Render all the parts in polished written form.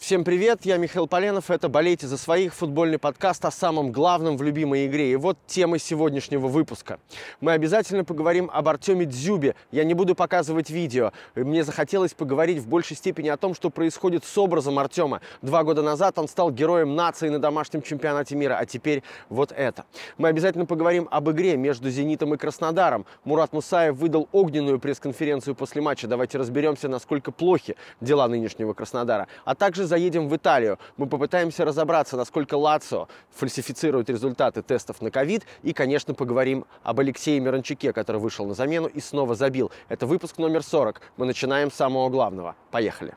Всем привет, я Михаил Поленов, это «Болейте за своих», футбольный подкаст о самом главном в любимой игре. И вот тема сегодняшнего выпуска. Мы обязательно поговорим об Артеме Дзюбе. Я не буду показывать видео. Мне захотелось поговорить в большей степени о том, что происходит с образом Артема. 2 года назад он стал героем нации на домашнем чемпионате мира, а теперь вот это. Мы обязательно поговорим об игре между «Зенитом» и «Краснодаром». Мурат Мусаев выдал огненную пресс-конференцию после матча. Давайте разберемся, насколько плохи дела нынешнего Краснодара. А также заедем в Италию. Мы попытаемся разобраться, насколько Лацио фальсифицирует результаты тестов на ковид. И, конечно, поговорим об Алексее Миранчуке, который вышел на замену и снова забил. Это выпуск номер 40. Мы начинаем с самого главного. Поехали.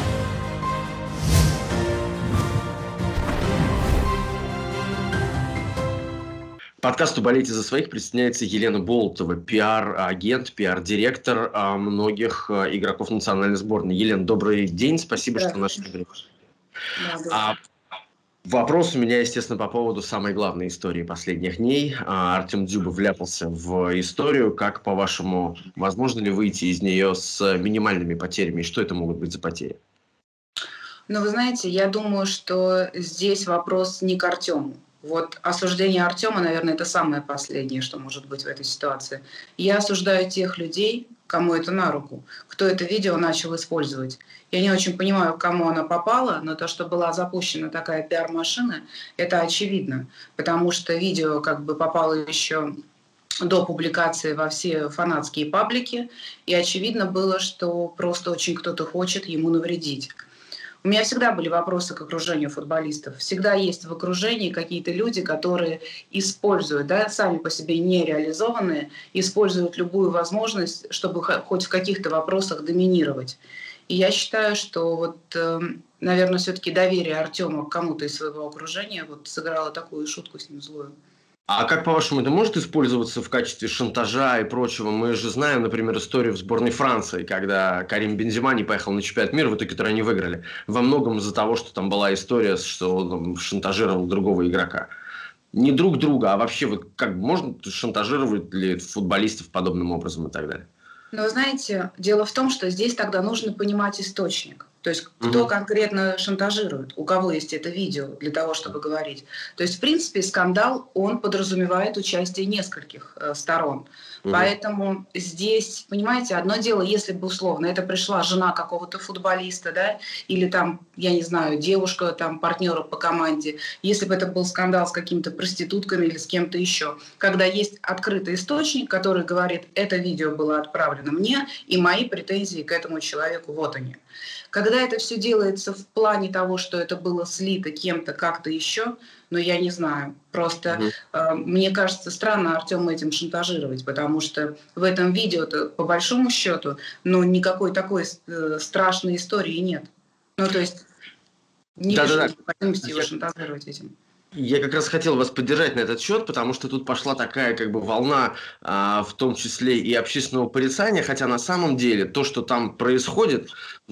Подкасту «Болейте за своих» присоединяется Елена Болотова, пиар-агент, пиар-директор многих игроков национальной сборной. Елена, добрый день, спасибо, что нашли время. Вопрос у меня, естественно, по поводу самой главной истории последних дней. Артем Дзюба вляпался в историю. Как, по-вашему, возможно ли выйти из нее с минимальными потерями? И что это могут быть за потери? Ну, вы знаете, я думаю, что здесь вопрос не к Артему. Вот осуждение Артема, наверное, это самое последнее, что может быть в этой ситуации. Я осуждаю тех людей, кому это на руку, кто это видео начал использовать. Я не очень понимаю, к кому оно попало, но то, что была запущена такая пиар-машина, это очевидно, потому что видео как бы попало еще до публикации во все фанатские паблики, и очевидно было, что просто очень кто-то хочет ему навредить. У меня всегда были вопросы к окружению футболистов. Всегда есть в окружении какие-то люди, которые используют, сами по себе нереализованные, используют любую возможность, чтобы хоть в каких-то вопросах доминировать. И я считаю, что наверное, все-таки доверие Артема к кому-то из своего окружения сыграло такую шутку с ним злую. А как, по-вашему, это может использоваться в качестве шантажа и прочего? Мы же знаем, например, историю в сборной Франции, когда Карим Бензема не поехал на чемпионат мира, в итоге который они выиграли. Во многом из-за того, что там была история, что он шантажировал другого игрока. Не друг друга, а вообще можно шантажировать ли футболистов подобным образом и так далее? Но вы знаете, дело в том, что здесь тогда нужно понимать источник. То есть кто конкретно шантажирует, у кого есть это видео для того, чтобы говорить. То есть, в принципе, скандал, он подразумевает участие нескольких сторон. Поэтому здесь, понимаете, одно дело, если бы условно это пришла жена какого-то футболиста, или там, я не знаю, девушка, там, партнера по команде, если бы это был скандал с какими-то проститутками или с кем-то еще, когда есть открытый источник, который говорит, это видео было отправлено мне, и мои претензии к этому человеку, вот они. Когда это все делается в плане того, что это было слито кем-то, как-то еще, я не знаю. Просто мне кажется, странно Артема этим шантажировать, потому что в этом видео-то, по большому счету, никакой такой страшной истории нет. То есть не вижу необходимости его шантажировать этим. Я как раз хотел вас поддержать на этот счет, потому что тут пошла такая волна, в том числе и общественного порицания, хотя на самом деле то, что там происходит,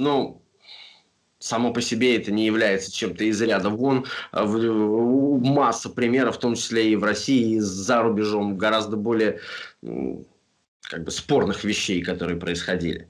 само по себе это не является чем-то из ряда вон. Масса примеров, в том числе и в России, и за рубежом, гораздо более спорных вещей, которые происходили.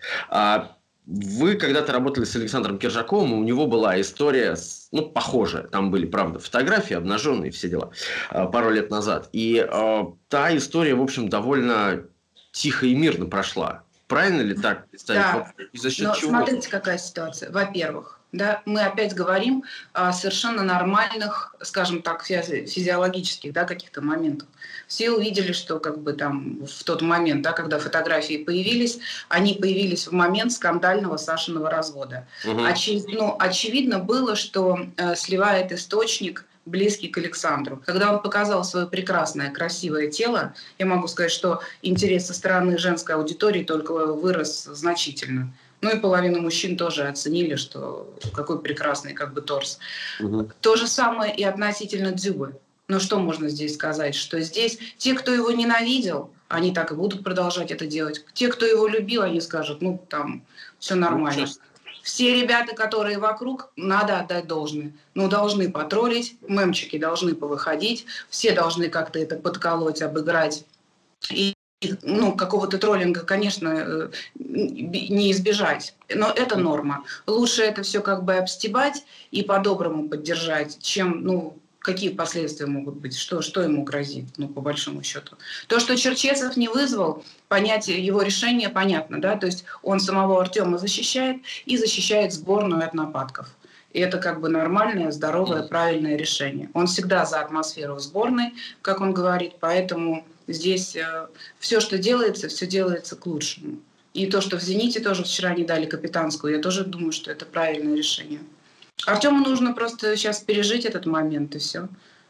Вы когда-то работали с Александром Киржаковым, и у него была история, похожая. Там были, правда, фотографии обнаженные, все дела, пару лет назад. И та история, в общем, довольно тихо и мирно прошла. Правильно ли так представить? Да, но смотрите, какая ситуация. Во-первых, мы опять говорим о совершенно нормальных, скажем так, физиологических, каких-то моментах. Все увидели, что там в тот момент, когда фотографии появились, они появились в момент скандального Сашиного развода. Очевидно было, что сливает источник, близкий к Александру. Когда он показал свое прекрасное, красивое тело, я могу сказать, что интерес со стороны женской аудитории только вырос значительно. И половина мужчин тоже оценили, что какой прекрасный торс. То же самое и относительно Дзюбы. Что можно здесь сказать? Что здесь те, кто его ненавидел, они так и будут продолжать это делать. Те, кто его любил, они скажут, там все нормально. Все ребята, которые вокруг, надо отдать должное. Должны потроллить, мемчики должны повыходить, все должны как-то это подколоть, обыграть. И ну, какого-то троллинга, конечно, не избежать, но это норма. Лучше это все как бы обстебать и по-доброму поддержать, чем, ну, какие последствия могут быть, что ему грозит, ну, по большому счету. То, что Черчесов не вызвал, понять его решение понятно, да, то есть он самого Артема защищает и защищает сборную от нападков. И это как бы нормальное, здоровое, правильное решение. Он всегда за атмосферу в сборной, как он говорит, поэтому здесь все, что делается, все делается к лучшему. И то, что в «Зените» тоже вчера не дали капитанскую, я тоже думаю, что это правильное решение. Артему нужно просто сейчас пережить этот момент, и все.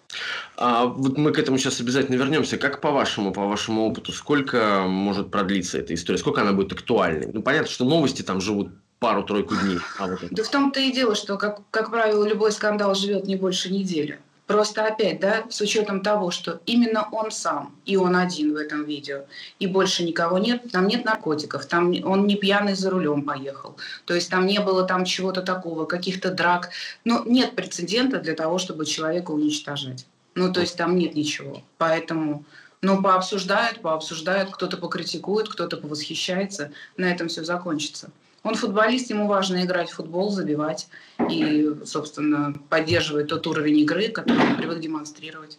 Вот мы к этому сейчас обязательно вернемся. Как по вашему опыту, сколько может продлиться эта история? Сколько она будет актуальной? Ну, понятно, что новости там живут пару-тройку дней. Да в том-то и дело, что, как правило, любой скандал живет не больше недели. Просто опять, да, с учетом того, что именно он сам, и он один в этом видео, и больше никого нет, там нет наркотиков, там он не пьяный за рулем поехал, то есть там не было там чего-то такого, каких-то драк, но нет прецедента для того, чтобы человека уничтожать. Ну, то есть там нет ничего, поэтому, ну, пообсуждают, кто-то покритикует, кто-то повосхищается, на этом все закончится. Он футболист, ему важно играть в футбол, забивать и, собственно, поддерживать тот уровень игры, который он привык демонстрировать.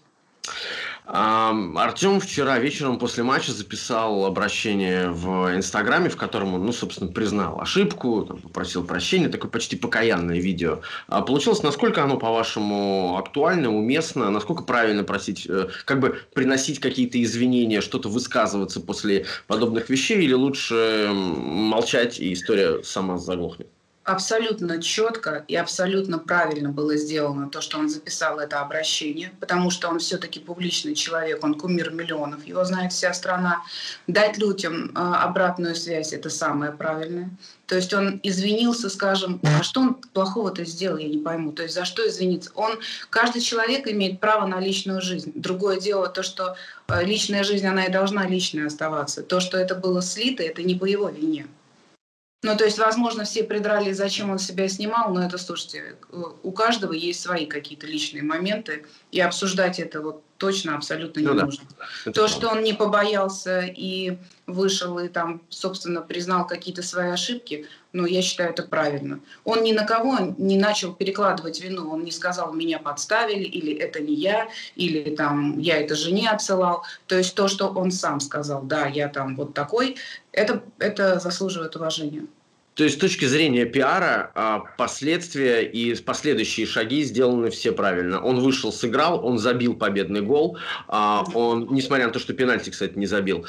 Артем вчера вечером после матча записал обращение в Инстаграме, в котором он, ну, собственно, признал ошибку, там, попросил прощения, такое почти покаянное видео. Получилось, насколько оно, по-вашему, актуально, уместно, насколько правильно просить, как бы приносить какие-то извинения, что-то высказываться после подобных вещей, или лучше молчать, и история сама заглохнет? Абсолютно четко и абсолютно правильно было сделано то, что он записал это обращение, потому что он все-таки публичный человек, он кумир миллионов, его знает вся страна. Дать людям обратную связь – это самое правильное. То есть он извинился, скажем, а что он плохого-то сделал, я не пойму. То есть за что извиниться? Каждый человек имеет право на личную жизнь. Другое дело то, что личная жизнь, она и должна личной оставаться. То, что это было слито, это не по его вине. Ну, то есть, возможно, все придрали, зачем он себя снимал, но это, слушайте, у каждого есть свои какие-то личные моменты, и обсуждать это вот точно абсолютно не нужно. То, что он не побоялся и вышел, и там, собственно, признал какие-то свои ошибки, ну, я считаю, это правильно. Он ни на кого не начал перекладывать вину, он не сказал, меня подставили, или это не я, или там, я это жене отсылал. То есть то, что он сам сказал, да, я там вот такой, это заслуживает уважения. То есть с точки зрения пиара, последствия и последующие шаги сделаны все правильно. Он вышел, сыграл, он забил победный гол. Он, несмотря на то, что пенальти, кстати, не забил,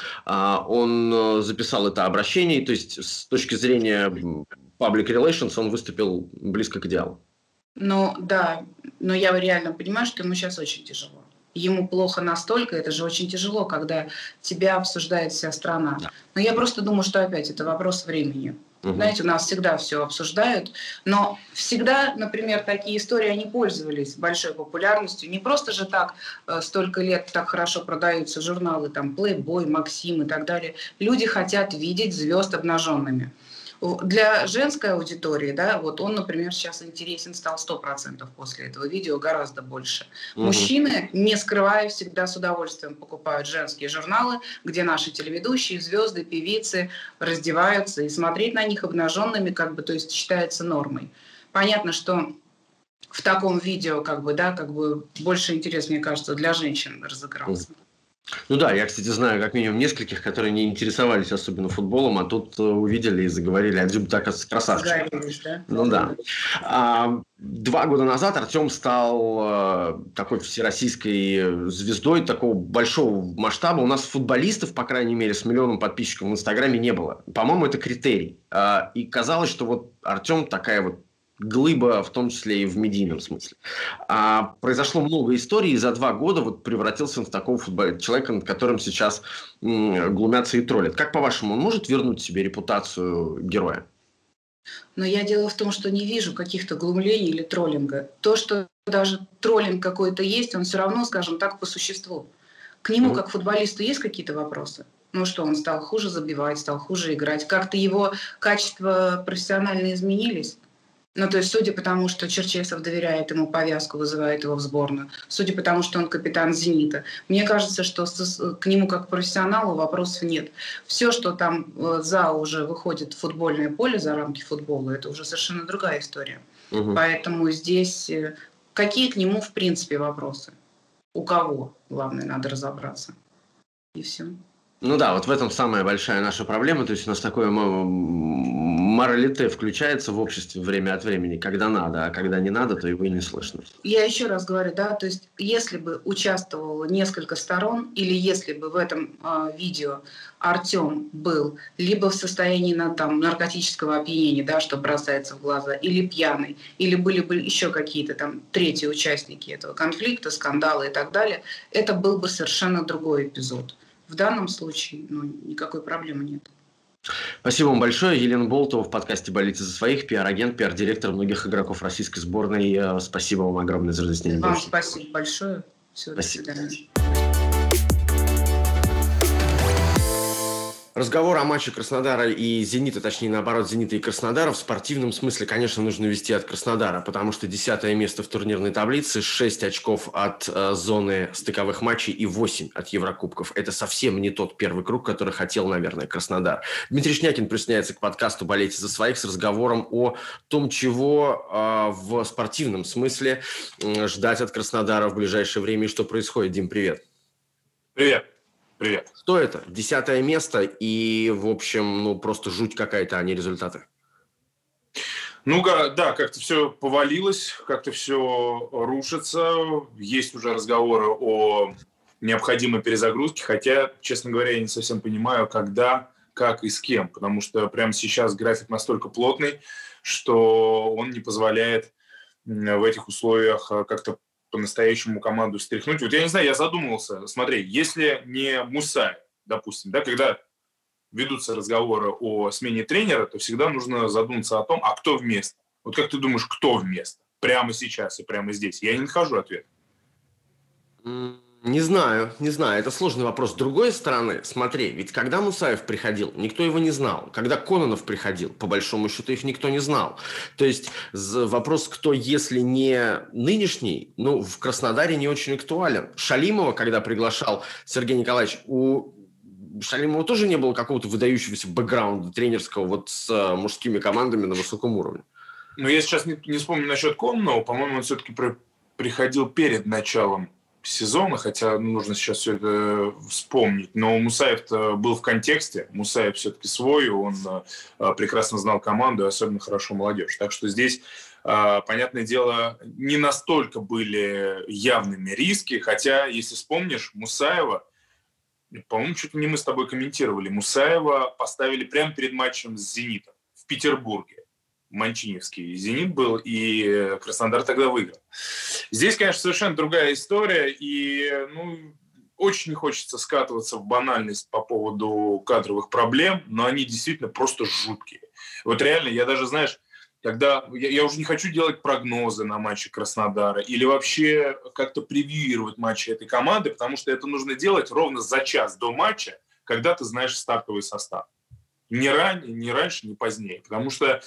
он записал это обращение. То есть с точки зрения public relations он выступил близко к идеалу. Ну да, но я реально понимаю, что ему сейчас очень тяжело. Ему плохо настолько, это же очень тяжело, когда тебя обсуждает вся страна. Но я просто думаю, что опять это вопрос времени. Знаете, у нас всегда все обсуждают, но всегда, например, такие истории, они пользовались большой популярностью. Не просто же так столько лет так хорошо продаются журналы, там, Playboy, Максим и так далее. Люди хотят видеть звезд обнаженными. Для женской аудитории, да, вот он, например, сейчас интересен стал 100% после этого видео, гораздо больше. Мужчины, не скрывая, всегда с удовольствием покупают женские журналы, где наши телеведущие, звезды, певицы раздеваются, и смотреть на них обнаженными, как бы, то есть считается нормой. Понятно, что в таком видео, как бы, да, как бы больше интерес, мне кажется, для женщин разыгрался. Ну да, я, кстати, знаю как минимум нескольких, которые не интересовались особенно футболом, а тут увидели и заговорили, а Дзюба так красавчик. Да? Ну да. 2 года назад Артем стал такой всероссийской звездой такого большого масштаба. У нас футболистов, по крайней мере, с 1 миллионом подписчиков в Инстаграме не было. По-моему, это критерий. И казалось, что вот Артем такая вот глыба, в том числе и в медийном смысле. Произошло много историй, и за 2 года вот превратился он в такого человека, над которым сейчас глумятся и троллят. Как, по-вашему, он может вернуть себе репутацию героя? Но я дело в том, что не вижу каких-то глумлений или троллинга. То, что даже троллинг какой-то есть, он все равно, скажем так, по существу. К нему, как футболисту, есть какие-то вопросы? Ну что, он стал хуже забивать, стал хуже играть? Как-то его качества профессионально изменились? Ну, то есть, судя по тому, что Черчесов доверяет ему повязку, вызывает его в сборную, судя по тому, что он капитан «Зенита», мне кажется, что к нему как к профессионалу вопросов нет. Все, что там за уже выходит в футбольное поле, за рамки футбола, это уже совершенно другая история. Угу. Поэтому здесь какие к нему, в принципе, вопросы? У кого, главное, надо разобраться. И все. Ну да, вот в этом самая большая наша проблема. То есть у нас такое моралите включается в обществе время от времени, когда надо, а когда не надо, то его и не слышно. Я еще раз говорю, да, то есть если бы участвовало несколько сторон, или если бы в этом видео Артем был либо в состоянии наркотического опьянения, да, что бросается в глаза, или пьяный, или были бы еще какие-то там третьи участники этого конфликта, скандала и так далее, это был бы совершенно другой эпизод. В данном случае никакой проблемы нет. Спасибо вам большое. Елена Болтова в подкасте «Болейте за своих», пиар-агент, пиар-директор многих игроков российской сборной. Спасибо вам огромное за разъяснение. Вам спасибо большое. Всего до свидания. Разговор о матче Краснодара и «Зенита», точнее, наоборот, «Зенита» и Краснодара в спортивном смысле, конечно, нужно вести от Краснодара, потому что 10-е место в турнирной таблице, 6 очков от зоны стыковых матчей и 8 от Еврокубков. Это совсем не тот первый круг, который хотел, наверное, Краснодар. Дмитрий Шнякин присоединяется к подкасту «Болейте за своих» с разговором о том, чего в спортивном смысле ждать от Краснодара в ближайшее время и что происходит. Дим, привет. Привет. Привет. Что это? 10-е место и, в общем, просто жуть какая-то, а не результаты. Да, как-то все повалилось, как-то все рушится. Есть уже разговоры о необходимой перезагрузке, хотя, честно говоря, я не совсем понимаю, когда, как и с кем, потому что прямо сейчас график настолько плотный, что он не позволяет в этих условиях как-то по-настоящему команду встряхнуть. Вот я не знаю, я задумывался. Смотри, если не Мусаев, допустим, да, когда ведутся разговоры о смене тренера, то всегда нужно задуматься о том, а кто вместо. Вот как ты думаешь, кто вместо? Прямо сейчас и прямо здесь. Я не нахожу ответа. Не знаю. Это сложный вопрос. С другой стороны, смотри, ведь когда Мусаев приходил, никто его не знал. Когда Кононов приходил, по большому счету, их никто не знал. То есть вопрос, кто, если не нынешний, в Краснодаре не очень актуален. Шалимова, когда приглашал Сергей Николаевич, у Шалимова тоже не было какого-то выдающегося бэкграунда тренерского с мужскими командами на высоком уровне. Я сейчас не вспомню насчет Кононова. По-моему, он все-таки приходил перед началом сезона, хотя нужно сейчас все это вспомнить. Но Мусаев-то был в контексте. Мусаев все-таки свой, он прекрасно знал команду и особенно хорошо молодежь. Так что здесь, понятное дело, не настолько были явными риски, хотя, если вспомнишь, Мусаева, по-моему, чуть ли не мы с тобой комментировали, Мусаева поставили прямо перед матчем с «Зенитом» в Петербурге. Манчиневский «Зенит» был, и Краснодар тогда выиграл. Здесь, конечно, совершенно другая история, и очень не хочется скатываться в банальность по поводу кадровых проблем, но они действительно просто жуткие. Вот реально, я даже, знаешь, когда я уже не хочу делать прогнозы на матчи Краснодара или вообще как-то превьюировать матчи этой команды, потому что это нужно делать ровно за час до матча, когда ты знаешь стартовый состав. Не раньше, не позднее. Потому что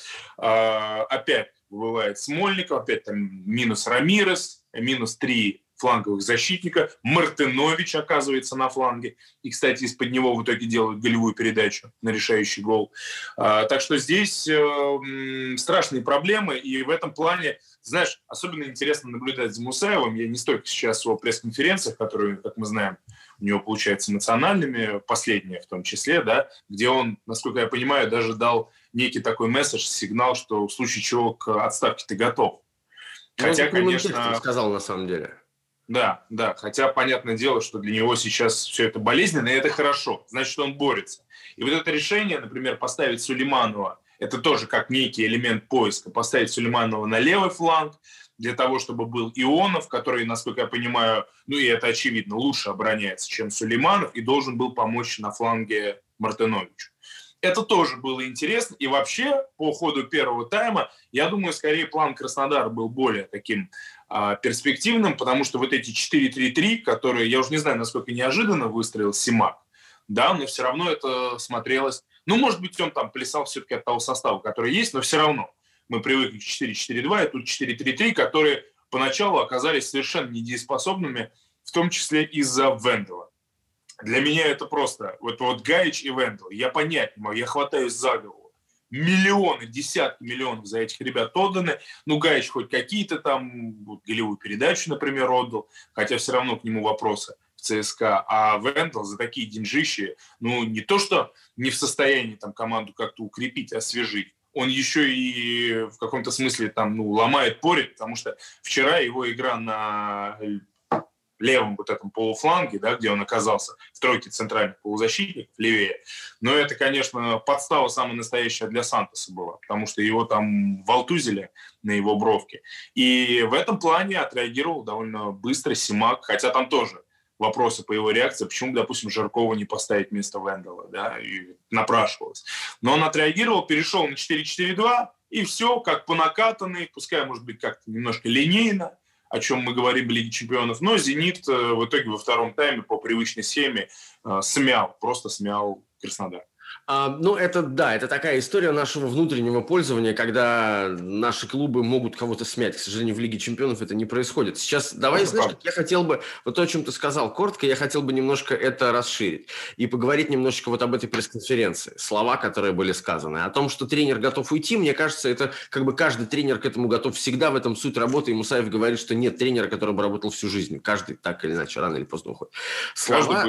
опять бывает Смольников, опять там минус Рамирес, минус 3 фланговых защитника. Мартынович оказывается на фланге. И, кстати, из-под него в итоге делают голевую передачу на решающий гол. Так что здесь страшные проблемы. И в этом плане, знаешь, особенно интересно наблюдать за Мусаевым. Я не столько сейчас о пресс-конференциях, которые, как мы знаем, у него, получается, эмоциональными, последние в том числе, да, где он, насколько я понимаю, даже дал некий такой месседж, сигнал, что в случае чего к отставке ты готов. Хотя, конечно... сказал на самом деле. Да, хотя понятное дело, что для него сейчас все это болезненно, и это хорошо, значит, он борется. И вот это решение, например, поставить Сулейманова, это тоже как некий элемент поиска, поставить Сулейманова на левый фланг, для того, чтобы был Ионов, который, насколько я понимаю, и это очевидно, лучше обороняется, чем Сулейманов, и должен был помочь на фланге Мартыновичу. Это тоже было интересно. И вообще, по ходу первого тайма, я думаю, скорее план Краснодара был более таким перспективным, потому что вот эти 4-3-3, которые, я уже не знаю, насколько неожиданно выстроил Симак, да, но все равно это смотрелось... может быть, он там плясал все-таки от того состава, который есть, но все равно. Мы привыкли к 4-4-2, и тут 4-3-3, которые поначалу оказались совершенно недееспособными, в том числе из-за Вендела. Для меня это просто... Вот Гаич и Вендел, я понять не могу, я хватаюсь за голову. Миллионы, десятки миллионов за этих ребят отданы. Ну, Гаич хоть какие-то там, голевую передачу, например, отдал, хотя все равно к нему вопросы в ЦСКА. А Вендел за такие деньжищи, ну, не то что не в состоянии там команду как-то укрепить, освежить, он еще и в каком-то смысле там, ну, ломает, порит, потому что вчера его игра на левом вот этом полуфланге, да, где он оказался в тройке центральных полузащитников, левее. Но это, конечно, подстава самая настоящая для Сантоса была, потому что его там волтузили на его бровке. И в этом плане отреагировал довольно быстро Симак, хотя там тоже вопросы по его реакции, почему, допустим, Жиркова не поставить вместо Вендела, да, и напрашивалось. Но он отреагировал, перешел на 4-4-2, и все, как по накатанной, пускай, может быть, как-то немножко линейно, о чем мы говорим в Лиге Чемпионов, но «Зенит» в итоге во втором тайме по привычной схеме просто смял Краснодар. Ну, это да, это такая история нашего внутреннего пользования, когда наши клубы могут кого-то смять. К сожалению, в Лиге Чемпионов это не происходит. Сейчас давай, знаешь, как я хотел бы, вот то, о чем ты сказал коротко, я хотел бы немножко это расширить и поговорить немножечко вот об этой пресс-конференции. Слова, которые были сказаны. О том, что тренер готов уйти, мне кажется, это как бы каждый тренер к этому готов всегда, в этом суть работы. И Мусаев говорит, что нет тренера, который бы работал всю жизнь. Каждый так или иначе, рано или поздно уходит. Слова...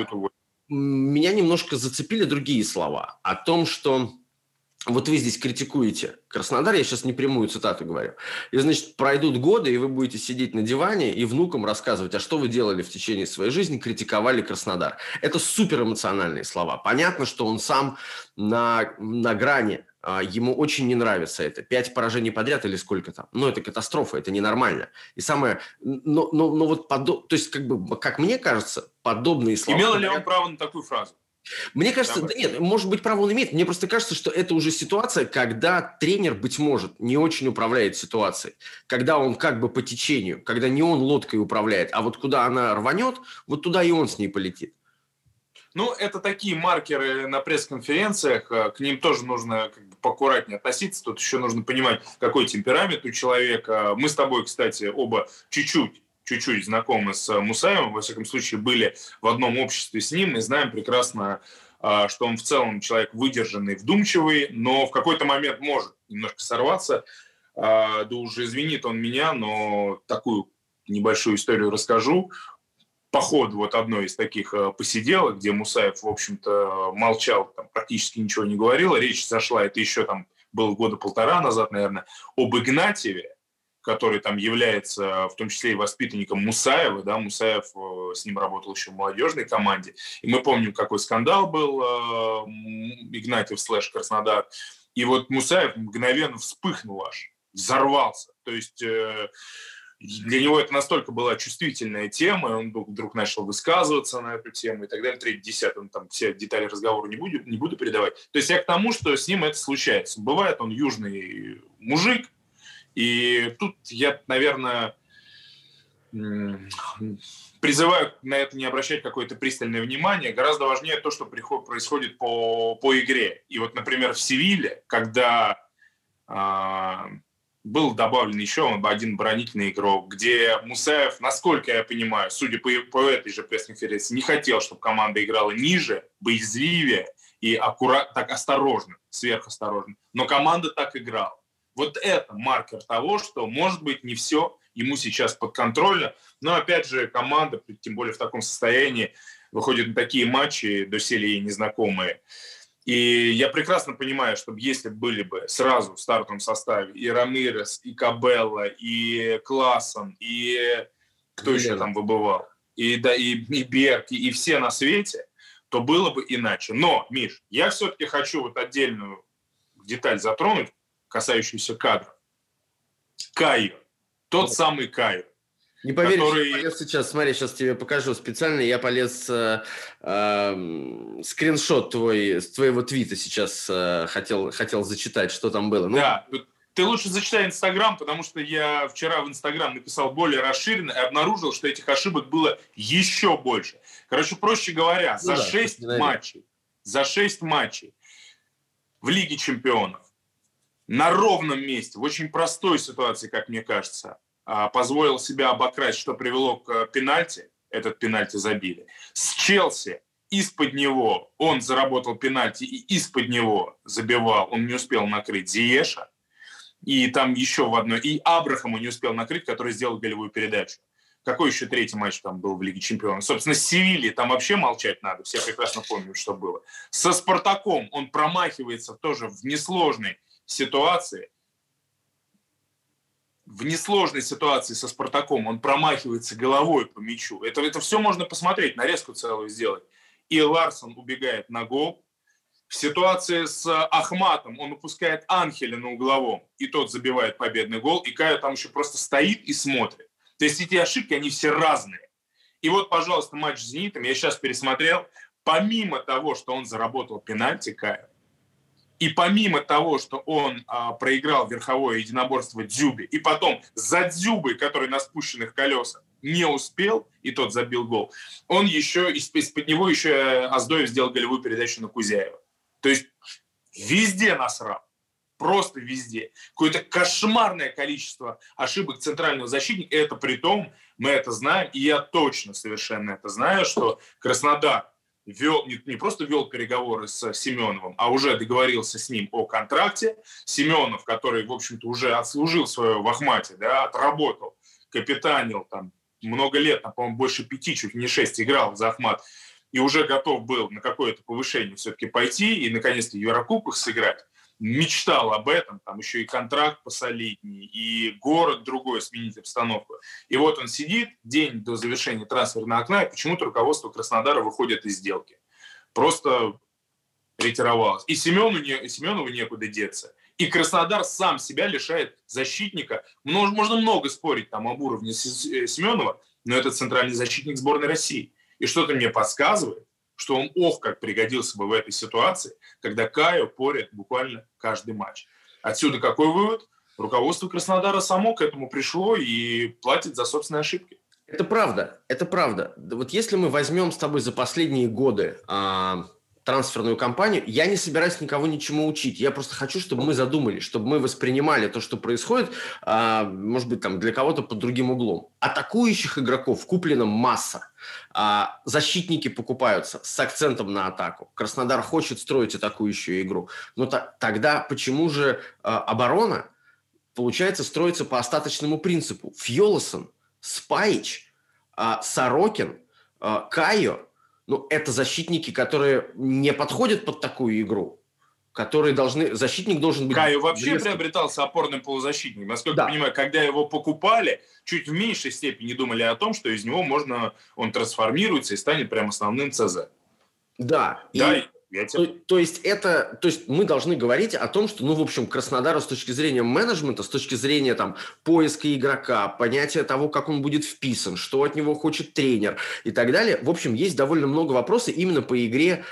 Меня немножко зацепили другие слова о том, что вот вы здесь критикуете Краснодар, я сейчас не прямую цитату говорю, и, значит, пройдут годы, и вы будете сидеть на диване и внукам рассказывать, а что вы делали в течение своей жизни, критиковали Краснодар. Это суперэмоциональные слова. Понятно, что он сам на грани, ему очень не нравится это. 5 поражений подряд или сколько там. Ну, это катастрофа, это ненормально. И самое... Но вот, то есть, как бы, как мне кажется, подобные слова... Имел ли он право на такую фразу? Мне кажется, да нет, может быть, право он имеет. Мне просто кажется, что это уже ситуация, когда тренер, быть может, не очень управляет ситуацией. Когда он как бы по течению, когда не он лодкой управляет, а вот куда она рванет, вот туда и он с ней полетит. Ну, это такие маркеры на пресс-конференциях, к ним тоже нужно как бы поаккуратнее относиться. Тут еще нужно понимать, какой темперамент у человека. Мы с тобой, кстати, оба чуть-чуть знакомы с Мусаевым, во всяком случае, были в одном обществе с ним и знаем прекрасно, что он в целом человек выдержанный, вдумчивый, но в какой-то момент может немножко сорваться. Да уже извинит он меня, но такую небольшую историю расскажу. По ходу вот одной из таких посиделок, где Мусаев, в общем-то, молчал, там, практически ничего не говорил, речь зашла, это еще там было года полтора назад, наверное, об Игнатьеве, который там является в том числе и воспитанником Мусаева, да, Мусаев с ним работал еще в молодежной команде, и мы помним, какой скандал был Игнатьев / Краснодар, и вот Мусаев мгновенно вспыхнул аж, взорвался, то есть... Для него это настолько была чувствительная тема, и он вдруг начал высказываться на эту тему и так далее. 3-10, он там все детали разговора не буду передавать. То есть я к тому, что с ним это случается. Бывает, он южный мужик, и тут я, наверное, призываю на это не обращать какое-то пристальное внимание. Гораздо важнее то, что происходит по игре. И вот, например, в Севиле, когда... был добавлен еще один оборонительный игрок, где Мусаев, насколько я понимаю, судя по этой же пресс-конференции, не хотел, чтобы команда играла ниже, боязливее и так осторожно, сверхосторожно. Но команда так играла. Вот это маркер того, что, может быть, не все ему сейчас подконтрольно. Но, опять же, команда, тем более в таком состоянии, выходит на такие матчи, доселе ей незнакомые. И я прекрасно понимаю, что если были бы сразу в стартовом составе и Рамирес, и Кабелла, и Классен, и кто еще там выбывал, и Берг, и все на свете, то было бы иначе. Но, Миш, я все-таки хочу вот отдельную деталь затронуть, касающуюся кадров. Кайо. Тот самый Кайо. Не поверишь, я полез сейчас, смотри, сейчас тебе покажу специально, я полез, скриншот с твоего твита сейчас хотел зачитать, что там было. Да, ты лучше зачитай Инстаграм, потому что я вчера в Инстаграм написал более расширенно и обнаружил, что этих ошибок было еще больше. Короче, проще говоря, за 6 матчей в Лиге Чемпионов на ровном месте, в очень простой ситуации, как мне кажется, позволил себя обокрасть, что привело к пенальти. Этот пенальти забили. С Челси из-под него он заработал пенальти и из-под него забивал. Он не успел накрыть Зиеша. И там еще в одной. И Абрахаму не успел накрыть, который сделал голевую передачу. Какой еще третий матч там был в Лиге Чемпионов? Собственно, с Севильей там вообще молчать надо. Все прекрасно помнят, что было. Со Спартаком он промахивается тоже в несложной ситуации. В несложной ситуации со Спартаком он промахивается головой по мячу. Это все можно посмотреть, нарезку целую сделать. И Ларсон убегает на гол. В ситуации с Ахматом он упускает Анхеля на угловом, и тот забивает победный гол, и Кайо там еще просто стоит и смотрит. То есть эти ошибки, они все разные. И вот, пожалуйста, матч с «Зенитом» я сейчас пересмотрел. Помимо того, что он заработал пенальти Кайо, и помимо того, что он проиграл верховое единоборство Дзюбе, и потом за Дзюбой, который на спущенных колесах, не успел, и тот забил гол, он еще, из-под него еще Оздоев сделал голевую передачу на Кузяева. То есть везде насрал. Просто везде. Какое-то кошмарное количество ошибок центрального защитника. Это при том, мы это знаем, и я точно совершенно это знаю, что Краснодар не просто вел переговоры с Семеновым, а уже договорился с ним о контракте. Семенов, который, в общем-то, уже отслужил свое в Ахмате, да, отработал, капитанил там много лет, по-моему, больше 5, чуть не 6 играл за Ахмат, и уже готов был на какое-то повышение все-таки пойти и, наконец-то, в Еврокубках сыграть. Мечтал об этом, там еще и контракт посолиднее, и город другой, сменить обстановку. И вот он сидит день до завершения трансферного окна, и почему-то руководство Краснодара выходит из сделки. Просто ретировалось. И Семенову некуда деться. И Краснодар сам себя лишает защитника. Можно много спорить там об уровне Семенова, но это центральный защитник сборной России. И что-то мне подсказывает, что он как пригодился бы в этой ситуации, когда Кайо порят буквально каждый матч. Отсюда какой вывод? Руководство Краснодара само к этому пришло и платит за собственные ошибки. Это правда, это правда. Вот если мы возьмем с тобой за последние годы трансферную кампанию, я не собираюсь никого ничему учить. Я просто хочу, чтобы мы задумались, чтобы мы воспринимали то, что происходит, может быть, там для кого-то под другим углом. Атакующих игроков куплена масса. Защитники покупаются с акцентом на атаку. Краснодар хочет строить атакующую игру. Но тогда почему же оборона, получается, строится по остаточному принципу? Фьолосон, Спаич, Сорокин, Кайо. Ну, это защитники, которые не подходят под такую игру, которые защитник должен быть... Кайо вообще приобретался опорным полузащитником. Насколько я понимаю, когда его покупали, чуть в меньшей степени думали о том, что из него он трансформируется и станет прям основным ЦЗ. Да. То есть мы должны говорить о том, что, в общем, Краснодару с точки зрения менеджмента, с точки зрения там поиска игрока, понятия того, как он будет вписан, что от него хочет тренер и так далее. В общем, есть довольно много вопросов именно по игре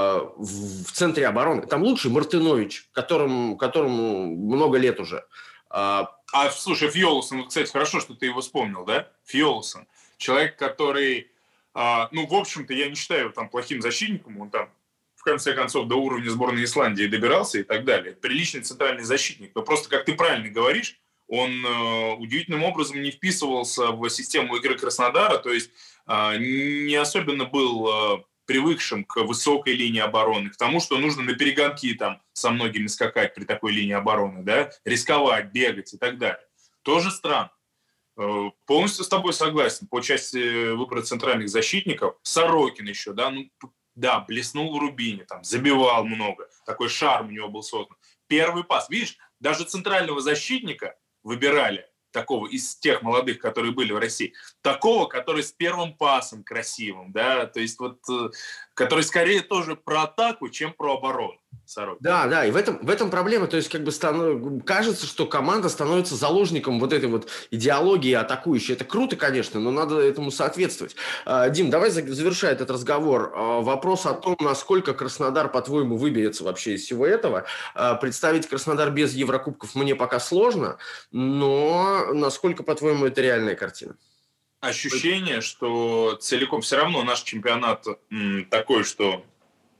в центре обороны. Там лучший Мартынович, которому много лет уже. Слушай, Фьолосон, кстати, хорошо, что ты его вспомнил, да? Фьолосон. Человек, который, в общем-то, я не считаю его там плохим защитником, он там в конце концов до уровня сборной Исландии добирался и так далее. Приличный центральный защитник. Но просто, как ты правильно говоришь, он удивительным образом не вписывался в систему игры Краснодара, то есть не особенно был привыкшим к высокой линии обороны, к тому, что нужно на перегонки там со многими скакать при такой линии обороны, да, рисковать, бегать и так далее. Тоже странно. Полностью с тобой согласен. По части выбора центральных защитников, Сорокин еще, да, блеснул в Рубине, там, забивал много. Такой шарм у него был создан. Первый пас. Видишь, даже центрального защитника выбирали, такого из тех молодых, которые были в России, такого, который с первым пасом красивым, да, то есть который скорее тоже про атаку, чем про оборону. Сорокин. Да, и в этом проблема, то есть кажется, что команда становится заложником вот этой вот идеологии атакующей. Это круто, конечно, но надо этому соответствовать. Дим, давай завершая этот разговор. Вопрос о том, насколько Краснодар, по-твоему, выберется вообще из всего этого. Представить Краснодар без Еврокубков мне пока сложно, но насколько, по-твоему, это реальная картина? Ощущение, что целиком все равно наш чемпионат такой, что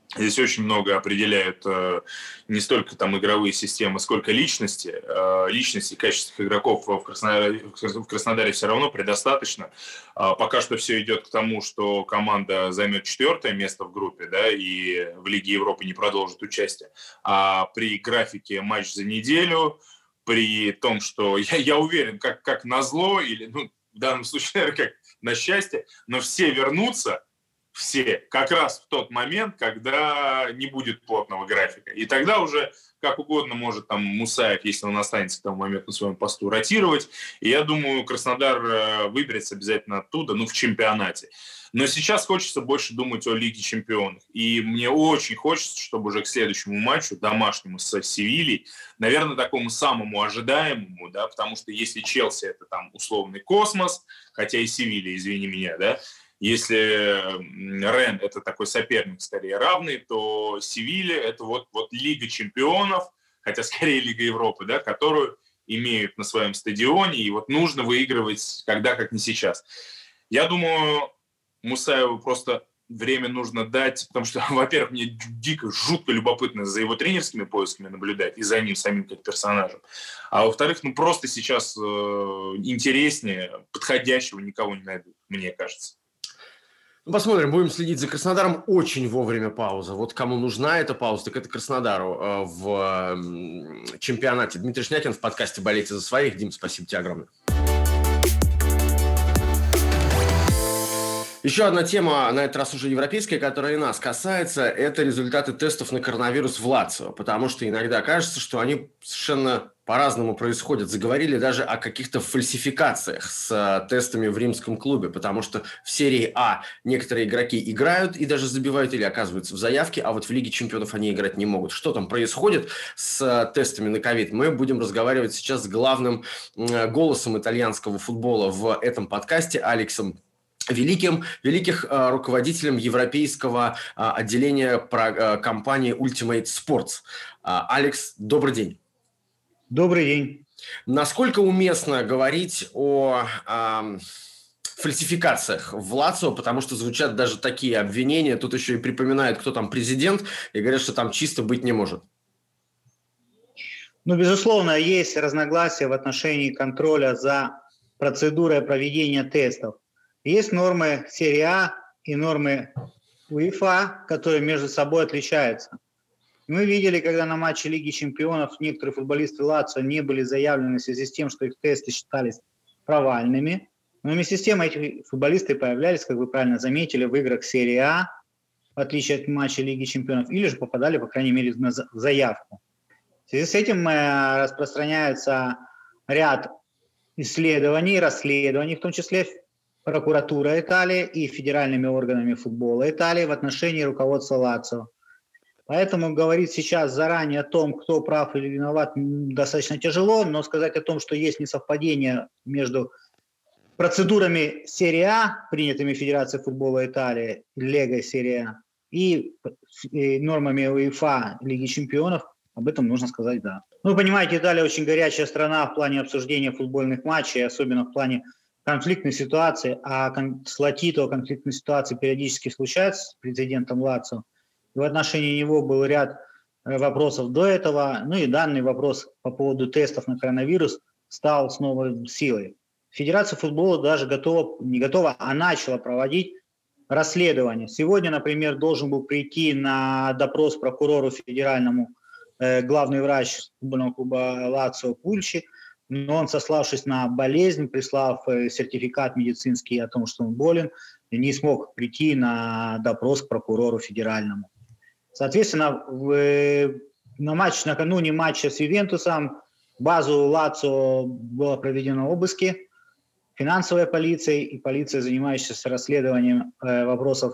Здесь очень много определяют не столько там игровые системы, сколько личности. Личности качественных игроков в Краснодаре все равно предостаточно. Пока что все идет к тому, что команда займет 4-е место в группе, да, и в Лиге Европы не продолжит участие. А при графике матч за неделю, при том, что я уверен, как назло, или в данном случае, наверное, как на счастье, но все вернутся, все, как раз в тот момент, когда не будет плотного графика. И тогда уже как угодно может там Мусаев, если он останется к тому моменту на своем посту, ротировать. И я думаю, Краснодар выберется обязательно оттуда, в чемпионате. Но сейчас хочется больше думать о Лиге чемпионов. И мне очень хочется, чтобы уже к следующему матчу, домашнему с Севильей, наверное, такому самому ожидаемому, да, потому что если Челси это там условный космос, хотя и Севилья, извини меня, да, если Рен – это такой соперник скорее равный, то Севилья – это вот Лига чемпионов, хотя скорее Лига Европы, да, которую имеют на своем стадионе, и вот нужно выигрывать когда, как не сейчас. Я думаю, Мусаеву просто время нужно дать, потому что, во-первых, мне дико, жутко любопытно за его тренерскими поисками наблюдать и за ним самим как персонажем. А во-вторых, просто сейчас интереснее, подходящего никого не найдут, мне кажется. Посмотрим, будем следить за Краснодаром. Очень вовремя пауза. Вот кому нужна эта пауза, так это Краснодару в чемпионате. Дмитрий Шнякин в подкасте «Болейте за своих». Дим, спасибо тебе огромное. Еще одна тема, на этот раз уже европейская, которая и нас касается, это результаты тестов на коронавирус в Лацио. Потому что иногда кажется, что они совершенно по-разному происходят. Заговорили даже о каких-то фальсификациях с тестами в римском клубе. Потому что в серии А некоторые игроки играют и даже забивают или оказываются в заявке, а вот в Лиге чемпионов они играть не могут. Что там происходит с тестами на ковид? Мы будем разговаривать сейчас с главным голосом итальянского футбола в этом подкасте Алексом великих руководителем европейского отделения компании Ultimate Sports. Алекс, добрый день. Добрый день. Насколько уместно говорить о фальсификациях в Лацио, потому что звучат даже такие обвинения, тут еще и припоминают, кто там президент, и говорят, что там чисто быть не может. Безусловно, есть разногласия в отношении контроля за процедурой проведения тестов. Есть нормы серии А и нормы УЕФА, которые между собой отличаются. Мы видели, когда на матче Лиги чемпионов некоторые футболисты Лацио не были заявлены в связи с тем, что их тесты считались провальными. Но вместе с тем эти футболисты появлялись, как вы правильно заметили, в играх серии А, в отличие от матча Лиги чемпионов, или же попадали, по крайней мере, в заявку. В связи с этим распространяется ряд исследований, расследований, в том числе прокуратура Италии и федеральными органами футбола Италии в отношении руководства Лацио. Поэтому говорить сейчас заранее о том, кто прав или виноват, достаточно тяжело, но сказать о том, что есть несовпадение между процедурами серии А, принятыми Федерацией футбола Италии, Лего серия А, и нормами УЕФА Лиги чемпионов, об этом нужно сказать да. Вы понимаете, Италия очень горячая страна в плане обсуждения футбольных матчей, особенно в плане конфликтной ситуации, а с Латито конфликтные ситуации периодически случаются с президентом Лацио. В отношении него был ряд вопросов до этого, и данный вопрос по поводу тестов на коронавирус стал снова силой. Федерация футбола даже не готова, а начала проводить расследование. Сегодня, например, должен был прийти на допрос прокурору федеральному главный врач футбольного клуба Лацио Пульчи, но он, сославшись на болезнь, прислав сертификат медицинский о том, что он болен, не смог прийти на допрос к прокурору федеральному. Соответственно, накануне матча с Ювентусом в базу Лацио было проведено обыски финансовой полицией и полицией, занимающейся расследованием вопросов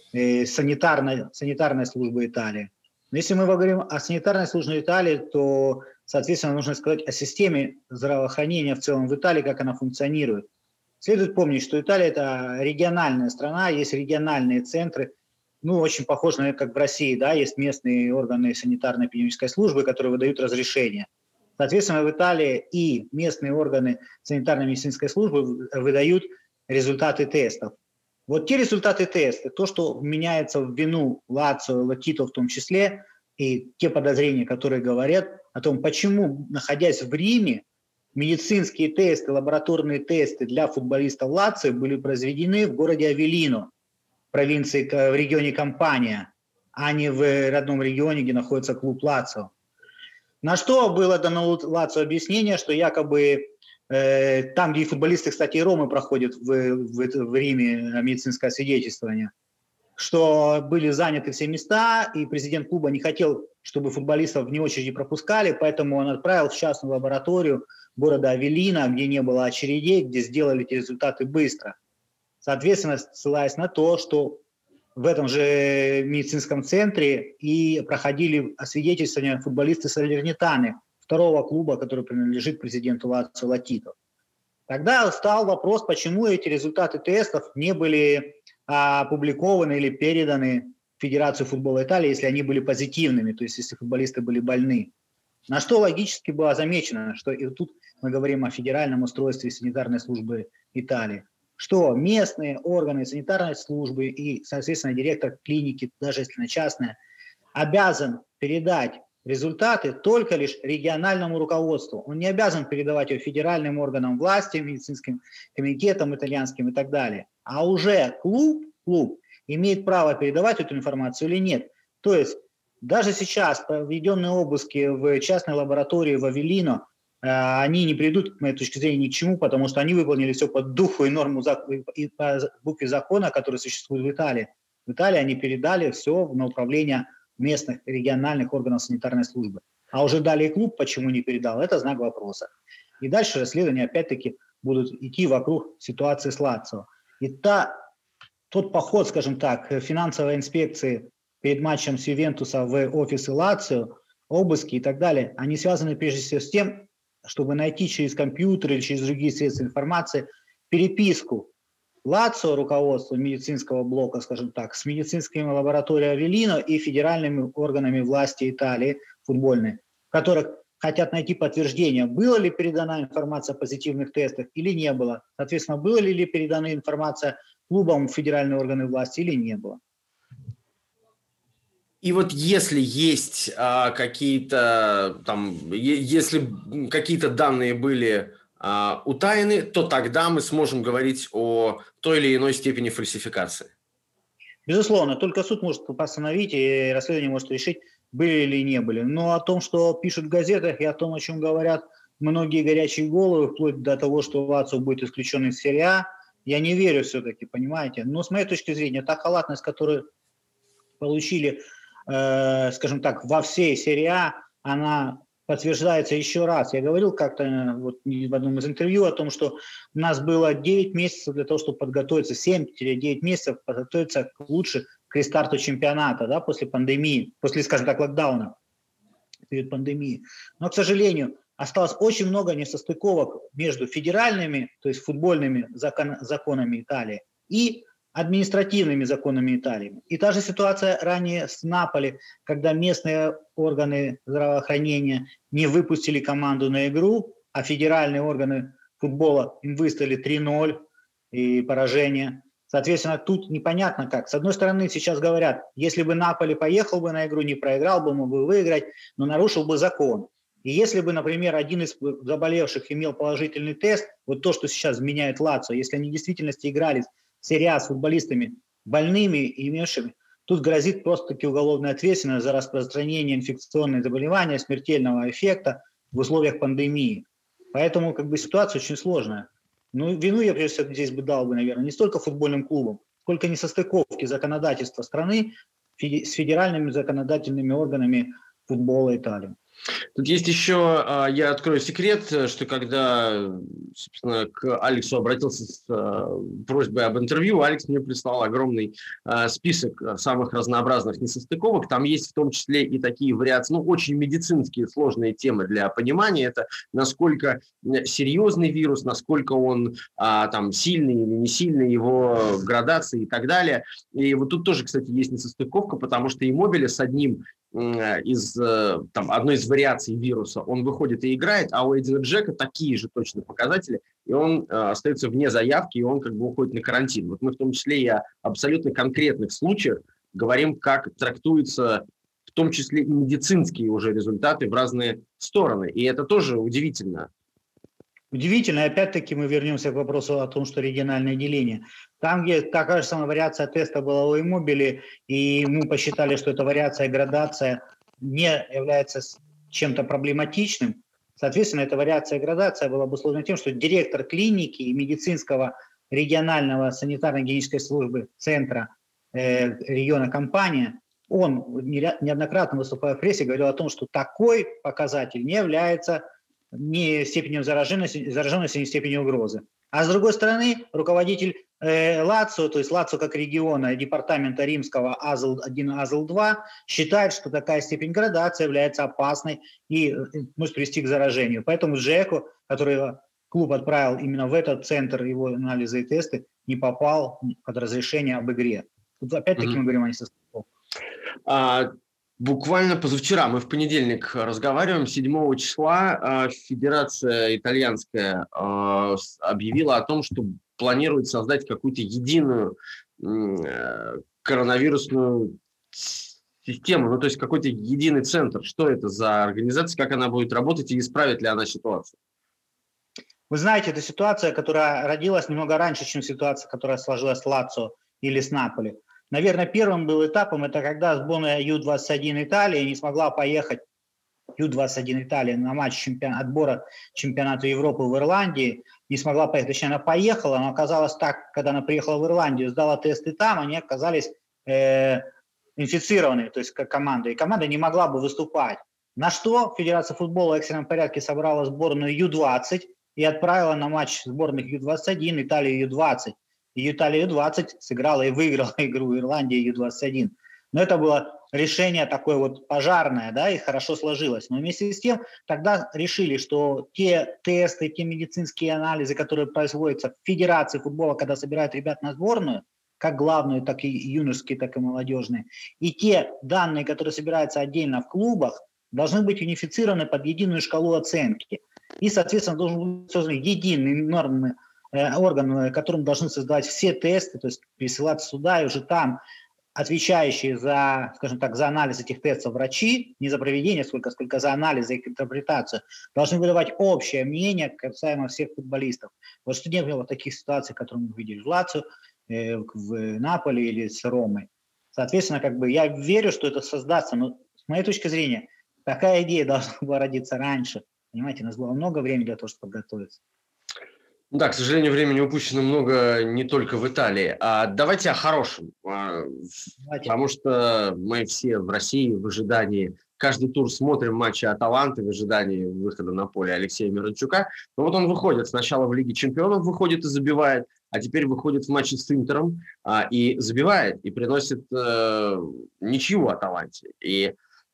санитарной службы Италии. Но если мы говорим о санитарной службе Италии, то, соответственно, нужно сказать о системе здравоохранения в целом в Италии, как она функционирует. Следует помнить, что Италия – это региональная страна, есть региональные центры, очень похоже, наверное, как в России, да, есть местные органы санитарно-эпидемиологической службы, которые выдают разрешения. Соответственно, в Италии и местные органы санитарно-медицинской службы выдают результаты тестов. Вот те результаты теста, то, что меняется в вину Лацио, Латито в том числе, и те подозрения, которые говорят о том, почему, находясь в Риме, медицинские тесты, лабораторные тесты для футболистов Лацио были произведены в городе Авеллино, провинции, в регионе Кампания, а не в родном регионе, где находится клуб Лацио. На что было дано Лацио объяснение, что якобы там, где футболисты, кстати, и ромы проходят в Риме медицинское свидетельствование, что были заняты все места, и президент клуба не хотел, чтобы футболистов вне очереди пропускали, поэтому он отправил в частную лабораторию города Авеллино, где не было очередей, где сделали эти результаты быстро. Соответственно, ссылаясь на то, что в этом же медицинском центре и проходили освидетельствование футболисты Салернитаны, второго клуба, который принадлежит президенту Лацио Латито. Тогда стал вопрос, почему эти результаты тестов не были опубликованы или переданы в Федерацию футбола Италии, если они были позитивными, то есть если футболисты были больны. На что логически было замечено, что и тут мы говорим о федеральном устройстве санитарной службы Италии, что местные органы санитарной службы и, соответственно, директор клиники, даже если она частная, обязан передать результаты только лишь региональному руководству. Он не обязан передавать ее федеральным органам власти, медицинским комитетам итальянским и так далее. А уже клуб имеет право передавать эту информацию или нет. То есть даже сейчас проведенные обыски в частной лаборатории в Авеллино, они не приведут, с моей точки зрения, ни к чему, потому что они выполнили все по духу и норму и по букве закона, который существует в Италии. В Италии они передали все на управление местных региональных органов санитарной службы. А уже далее клуб почему не передал, это знак вопроса. И дальше расследования опять-таки будут идти вокруг ситуации с Лацио. И тот поход, скажем так, финансовой инспекции перед матчем с Ювентуса в офисы Лацио, обыски и так далее, они связаны прежде всего с тем, чтобы найти через компьютер или через другие средства информации переписку Лацио, руководство медицинского блока, скажем так, с медицинскими лабораториями Авеллино и федеральными органами власти Италии футбольной, в которых хотят найти подтверждение, была ли передана информация о позитивных тестах или не было. Соответственно, была ли передана информация клубам в федеральные органы власти или не было. И вот если есть какие-то там, если какие-то данные были утаяны, то тогда мы сможем говорить о той или иной степени фальсификации. Безусловно, только суд может постановить, и расследование может решить, были или не были. Но о том, что пишут в газетах, и о том, о чем говорят многие горячие головы, вплоть до того, что Лацио будет исключен из серии А, я не верю все-таки, понимаете. Но с моей точки зрения, та халатность, которую получили, скажем так, во всей серии А, она подтверждается еще раз. Я говорил как-то вот в одном из интервью о том, что у нас было 9 месяцев для того, чтобы подготовиться, 7-9 месяцев подготовиться лучше к рестарту чемпионата, да, после пандемии, после, скажем так, локдауна, перед пандемией. Но, к сожалению, осталось очень много несостыковок между федеральными, то есть футбольными законами Италии и административными законами Италии. И та же ситуация ранее с Наполи, когда местные органы здравоохранения не выпустили команду на игру, а федеральные органы футбола им выставили 3-0 и поражение. Соответственно, тут непонятно как. С одной стороны, сейчас говорят, если бы Наполи поехал бы на игру, не проиграл бы, мог бы выиграть, но нарушил бы закон. И если бы, например, один из заболевших имел положительный тест, вот то, что сейчас меняет Лацио, если они в действительности играли серия А с футболистами больными и имевшими, тут грозит просто-таки уголовная ответственность за распространение инфекционных заболеваний, смертельного эффекта в условиях пандемии. Поэтому ситуация очень сложная. Ну, вину я, прежде всего, здесь бы дал, наверное, не столько футбольным клубам, сколько несостыковки законодательства страны с федеральными законодательными органами футбола Италии. Тут есть еще, я открою секрет, что когда, собственно, к Алексу обратился с просьбой об интервью, Алекс мне прислал огромный список самых разнообразных несостыковок. Там есть в том числе и такие вариации, очень медицинские сложные темы для понимания. Это насколько серьезный вирус, насколько он там сильный или не сильный, его градации и так далее. И вот тут тоже, кстати, есть несостыковка, потому что Иммобиле с одним одной из вариаций вируса, он выходит и играет, а у Эдина Джека такие же точно показатели, и он остается вне заявки, и он как бы уходит на карантин. Вот мы в том числе и о абсолютно конкретных случаях говорим, как трактуются в том числе и медицинские уже результаты в разные стороны. И это тоже удивительно. Удивительно, и опять-таки мы вернемся к вопросу о том, что региональное деление. Там, где такая же самая вариация теста была у Immobile, и мы посчитали, что эта вариация и градация не является чем-то проблематичным, соответственно, эта вариация и градация была обусловлена тем, что директор клиники и медицинского регионального санитарно-гигиенической службы центра региона компания, он неоднократно, выступая в прессе, говорил о том, что такой показатель не является ни степенью зараженности, ни степенью угрозы. А с другой стороны, руководитель Лацио, то есть Лацио как региона департамента римского АЗЛ-1, АЗЛ-2, считает, что такая степень градации является опасной и может привести к заражению. Поэтому Джеку, который клуб отправил именно в этот центр его анализы и тесты, не попал под разрешение об игре. Тут опять-таки мы говорим о несостоятельности. Буквально позавчера, мы в понедельник разговариваем, 7 числа Федерация итальянская объявила о том, что планирует создать какую-то единую коронавирусную систему, ну то есть какой-то единый центр. Что это за организация, как она будет работать и исправит ли она ситуацию? Вы знаете, это ситуация, которая родилась немного раньше, чем ситуация, которая сложилась с Лацио или с Наполи. Наверное, первым был этапом, это когда сборная Ю-21 Италии не смогла поехать, Ю-21 Италия, на матч отбора чемпионата Европы в Ирландии, не смогла поехать, точнее, она поехала, но оказалось так, когда она приехала в Ирландию, сдала тесты там, они оказались инфицированы, то есть как команда, и команда не могла бы выступать. На что Федерация футбола в экстренном порядке собрала сборную Ю-20 и отправила на матч сборных Ю-21 Италию Ю-20. И Италия Ю-20 сыграла и выиграла игру Ирландии Ю-21. Но это было решение такое вот пожарное, да, и хорошо сложилось. Но вместе с тем тогда решили, что те тесты, те медицинские анализы, которые производятся в Федерации футбола, когда собирают ребят на сборную, как главную, так и юношеские, так и молодежные, и те данные, которые собираются отдельно в клубах, должны быть унифицированы под единую шкалу оценки. И, соответственно, должен быть создан единый нормный орган, которым должны создавать все тесты, то есть пересылаться сюда, и уже там отвечающие за, скажем так, за анализ этих тестов врачи, не за проведение сколько за анализ, за их интерпретацию, должны выдавать общее мнение касаемо всех футболистов. Вот что не было таких ситуаций, которые мы видели в Лацио, в Наполе или с Ромой. Соответственно, как бы я верю, что это создастся, но с моей точки зрения, такая идея должна была родиться раньше. Понимаете, у нас было много времени для того, чтобы подготовиться. Да, к сожалению, времени упущено много не только в Италии. Давайте о хорошем. Потому что мы все в России в ожидании, каждый тур смотрим матчи Аталанты в ожидании выхода на поле Алексея Миранчука. Но вот он выходит сначала в Лиге чемпионов, выходит и забивает, а теперь выходит в матче с Интером и забивает, и приносит ничью Аталанте. И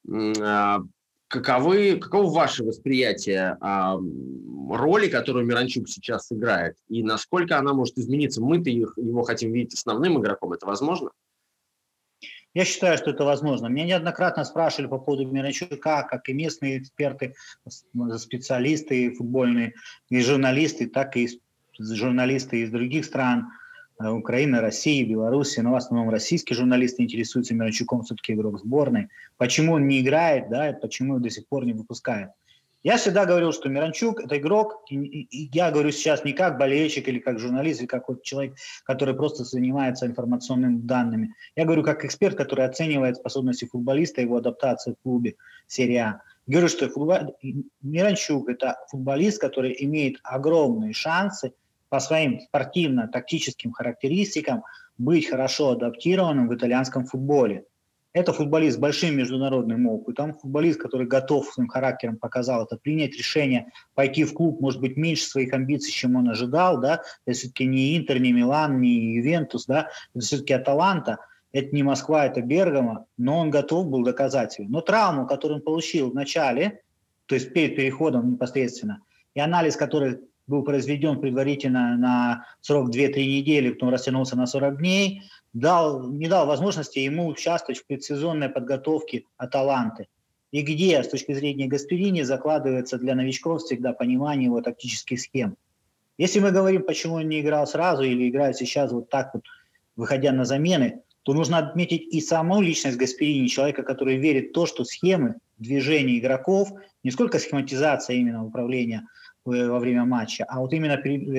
каково ваше восприятие роли, которую Миранчук сейчас играет, и насколько она может измениться? Мы-то его хотим видеть основным игроком. Это возможно? Я считаю, что это возможно. Меня неоднократно спрашивали по поводу Миранчука, как и местные эксперты, специалисты футбольные, и журналисты, так и журналисты из других стран, Украины, России, Беларуси, но в основном российские журналисты интересуются Миранчуком, все-таки игрок сборной. Почему он не играет, да, и почему его до сих пор не выпускают. Я всегда говорил, что Миранчук – это игрок, и я говорю сейчас не как болельщик или как журналист, или как вот человек, который просто занимается информационными данными. Я говорю как эксперт, который оценивает способности футболиста, его адаптацию в клубе серия А. Говорю, что Миранчук – это футболист, который имеет огромные шансы по своим спортивно-тактическим характеристикам быть хорошо адаптированным в итальянском футболе. Это футболист с большим международным опытом, футболист, который готов своим характером, показал это, принять решение пойти в клуб, может быть, меньше своих амбиций, чем он ожидал, да, это все-таки не Интер, не Милан, не Ювентус, да, это все-таки Аталанта, это не Москва, это Бергамо, но он готов был доказать себе. Но травму, которую он получил в начале, то есть перед переходом непосредственно, и анализ, который был произведен предварительно на срок 2-3 недели, потом растянулся на 40 дней, не дал возможности ему участвовать в предсезонной подготовке Аталанты. И где, с точки зрения Гасперини, закладывается для новичков всегда понимание его тактических схем. Если мы говорим, почему он не играл сразу или играет сейчас вот так вот, выходя на замены, то нужно отметить и саму личность Гасперини, человека, который верит в то, что схемы движения игроков, не сколько схематизация именно управления во время матча, а вот именно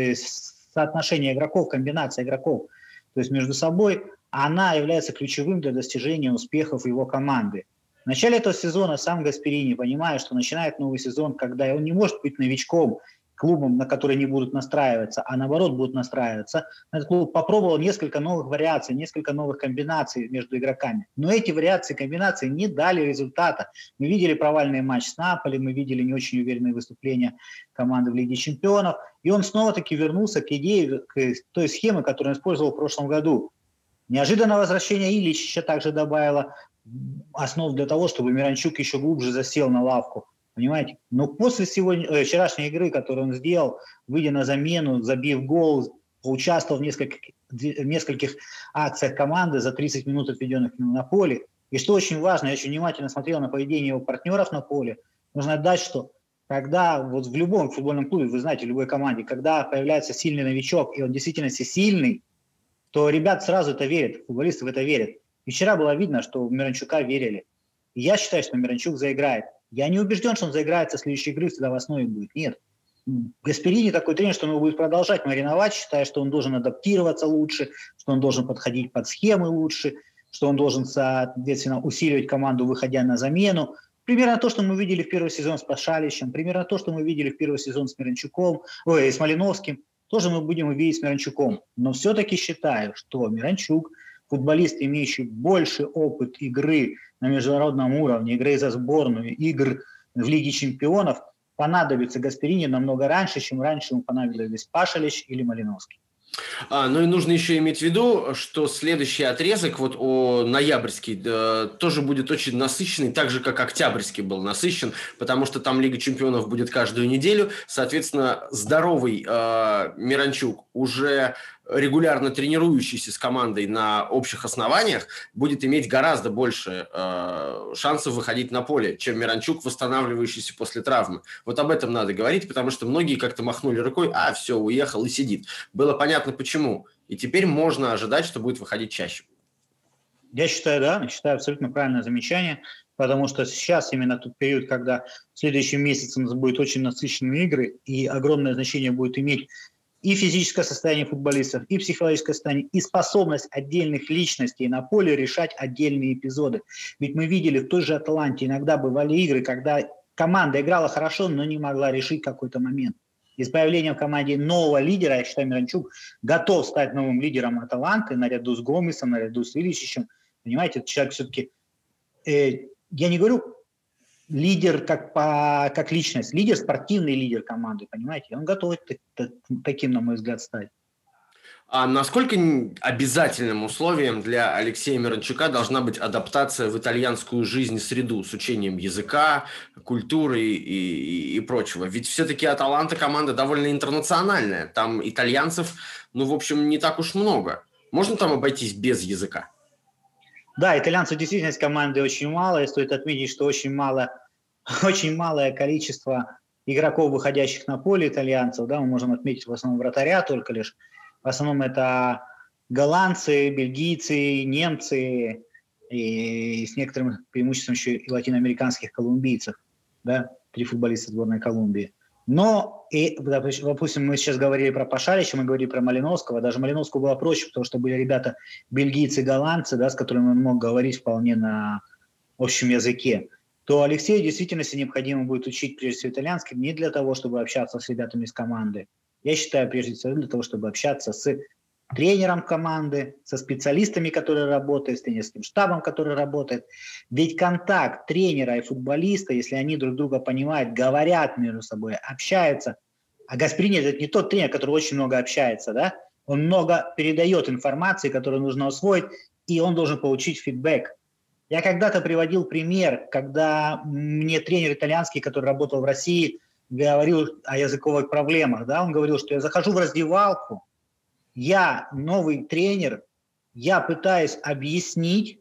соотношение игроков, комбинация игроков, то есть между собой, она является ключевым для достижения успехов его команды. В начале этого сезона сам Гасперини, понимая, что начинает новый сезон, когда он не может быть новичком, клубом, на который не будут настраиваться, а наоборот будут настраиваться, этот клуб попробовал несколько новых вариаций, несколько новых комбинаций между игроками. Но эти вариации, комбинации не дали результата. Мы видели провальный матч с Наполи, мы видели не очень уверенные выступления команды в Лиге чемпионов, и он снова-таки вернулся к идее, к той схеме, которую он использовал в прошлом году. Неожиданное возвращение Иличича также добавило основ для того, чтобы Миранчук еще глубже засел на лавку. Понимаете? Но после вчерашней игры, которую он сделал, выйдя на замену, забив гол, поучаствовал в нескольких акциях команды за 30 минут, отведенных на поле. И что очень важно, я очень внимательно смотрел на поведение его партнеров на поле. Нужно отдать, что когда вот в любом футбольном клубе, вы знаете, в любой команде, когда появляется сильный новичок, и он действительно сильный, то ребят сразу это верят, футболисты в это верят. И вчера было видно, что в Миранчука верили. И я считаю, что Миранчук заиграет. Я не убежден, что он заиграет со следующей игры, всегда в основе будет. Нет. Гасперини такой тренер, что он его будет продолжать мариновать, считая, что он должен адаптироваться лучше, что он должен подходить под схемы лучше, что он должен, соответственно, усиливать команду, выходя на замену. Примерно то, что мы видели в первый сезон с Пашаличем, примерно то, что мы видели в первый сезон с Миранчуком, с Малиновским, тоже мы будем видеть с Миранчуком. Но все-таки считаю, что Миранчук, футболист, имеющий больше опыт игры на международном уровне, игры за сборную, игр в Лиге чемпионов, понадобится Гасперини намного раньше, чем раньше ему понадобились Пашалич или Малиновский. Ну и нужно еще иметь в виду, что следующий отрезок, вот ноябрьский, тоже будет очень насыщенный, так же, как октябрьский был насыщен, потому что там Лига чемпионов будет каждую неделю. Соответственно, здоровый Миранчук, уже регулярно тренирующийся с командой на общих основаниях, будет иметь гораздо больше шансов выходить на поле, чем Миранчук, восстанавливающийся после травмы. Вот об этом надо говорить, потому что многие как-то махнули рукой, все, уехал и сидит. Было понятно, почему. И теперь можно ожидать, что будет выходить чаще. Я считаю, да, абсолютно правильное замечание, потому что сейчас именно тот период, когда в следующем месяце у нас будут очень насыщенные игры, и огромное значение будет иметь и физическое состояние футболистов, и психологическое состояние, и способность отдельных личностей на поле решать отдельные эпизоды. Ведь мы видели в той же Аталанте иногда бывали игры, когда команда играла хорошо, но не могла решить какой-то момент. И с появлением в команде нового лидера, я считаю, Миранчук готов стать новым лидером Аталанты наряду с Гомесом, наряду с Иличичем. Понимаете, этот человек все-таки, я не говорю лидер как личность, лидер, спортивный лидер команды, понимаете? Он готов таким, на мой взгляд, стать. А насколько обязательным условием для Алексея Миранчука должна быть адаптация в итальянскую жизнь и среду с учением языка, культуры и прочего? Ведь все-таки Аталанта команда довольно интернациональная. Там итальянцев, в общем, не так уж много. Можно там обойтись без языка? Да, итальянцев действительно из команды очень мало. И стоит отметить, что очень малое количество игроков, выходящих на поле итальянцев. Да, мы можем отметить в основном вратаря только лишь. В основном это голландцы, бельгийцы, немцы и с некоторым преимуществом еще и латиноамериканских колумбийцев. Да, 3 футболиста сборной Колумбии. Но, допустим, мы сейчас говорили про Пашалича, мы говорили про Малиновского. Даже Малиновскому было проще, потому что были ребята бельгийцы, голландцы, да, с которыми он мог говорить вполне на общем языке. То Алексею действительно необходимо будет учить прежде всего итальянский не для того, чтобы общаться с ребятами из команды. Я считаю, прежде всего, для того, чтобы общаться с тренером команды, со специалистами, которые работают, с тренерским штабом, который работает. Ведь контакт тренера и футболиста, если они друг друга понимают, говорят между собой, общаются. А Гасперини – это не тот тренер, который очень много общается, да? Он много передает информации, которую нужно усвоить, и он должен получить фидбэк. Я когда-то приводил пример, когда мне тренер итальянский, который работал в России, говорил о языковых проблемах, да, он говорил, что я захожу в раздевалку, я новый тренер, я пытаюсь объяснить,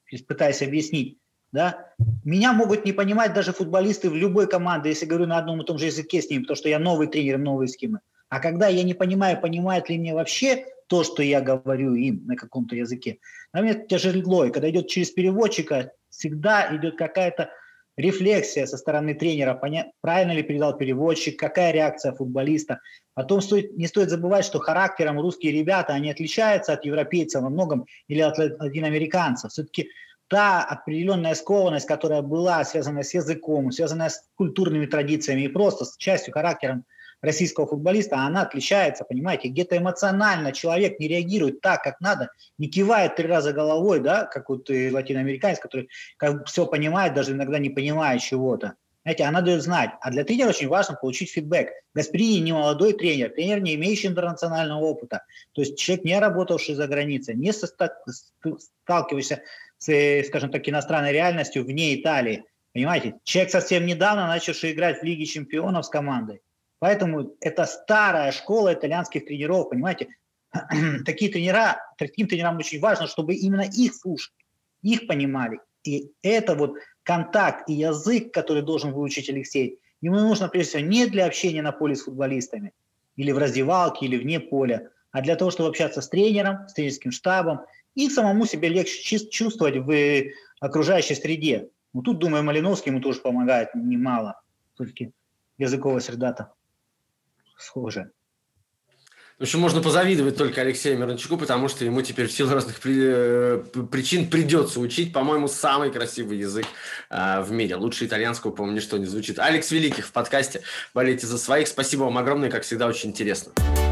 да, меня могут не понимать даже футболисты в любой команде, если говорю на одном и том же языке с ними, потому что я новый тренер, новые схемы. А когда я не понимаю, понимают ли мне вообще то, что я говорю им на каком-то языке, на мне тяжело. И когда идет через переводчика, всегда идет какая-то рефлексия со стороны тренера, правильно ли передал переводчик, какая реакция футболиста. Потом не стоит забывать, что характером русские ребята, они отличаются от европейцев во многом или от латиноамериканцев. Все-таки та определенная скованность, которая была связана с языком, связанная с культурными традициями и просто с частью характером российского футболиста, она отличается, понимаете, где-то эмоционально человек не реагирует так, как надо, не кивает 3 раза головой, да, как вот латиноамериканец, который как все понимает, даже иногда не понимая чего-то. Знаете, она дает знать. А для тренера очень важно получить фидбэк. Гасперини не молодой тренер, тренер, не имеющий интернационального опыта. То есть человек, не работавший за границей, не сталкивающийся с, скажем так, иностранной реальностью вне Италии. Понимаете, человек совсем недавно начавший играть в Лиге чемпионов с командой. Поэтому это старая школа итальянских тренеров, понимаете. Таким тренерам очень важно, чтобы именно их слушали, их понимали. И это вот контакт и язык, который должен выучить Алексей, ему нужно, прежде всего, не для общения на поле с футболистами, или в раздевалке, или вне поля, а для того, чтобы общаться с тренером, с тренерским штабом, и самому себе легче чувствовать в окружающей среде. Ну, тут, думаю, Малиновский ему тоже помогает немало. Все-таки языковая среда-то схожая. В общем, можно позавидовать только Алексею Мирончуку, потому что ему теперь в силу разных причин придется учить, по-моему, самый красивый язык в мире. Лучше итальянского, по-моему, ничто не звучит. Алекс Великих в подкасте «Болейте за своих». Спасибо вам огромное, как всегда, очень интересно.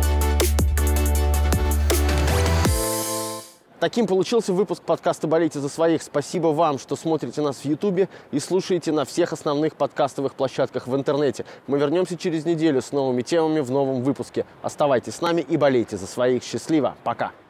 Таким получился выпуск подкаста «Болейте за своих». Спасибо вам, что смотрите нас в Ютубе и слушаете на всех основных подкастовых площадках в интернете. Мы вернемся через неделю с новыми темами в новом выпуске. Оставайтесь с нами и болейте за своих. Счастливо. Пока.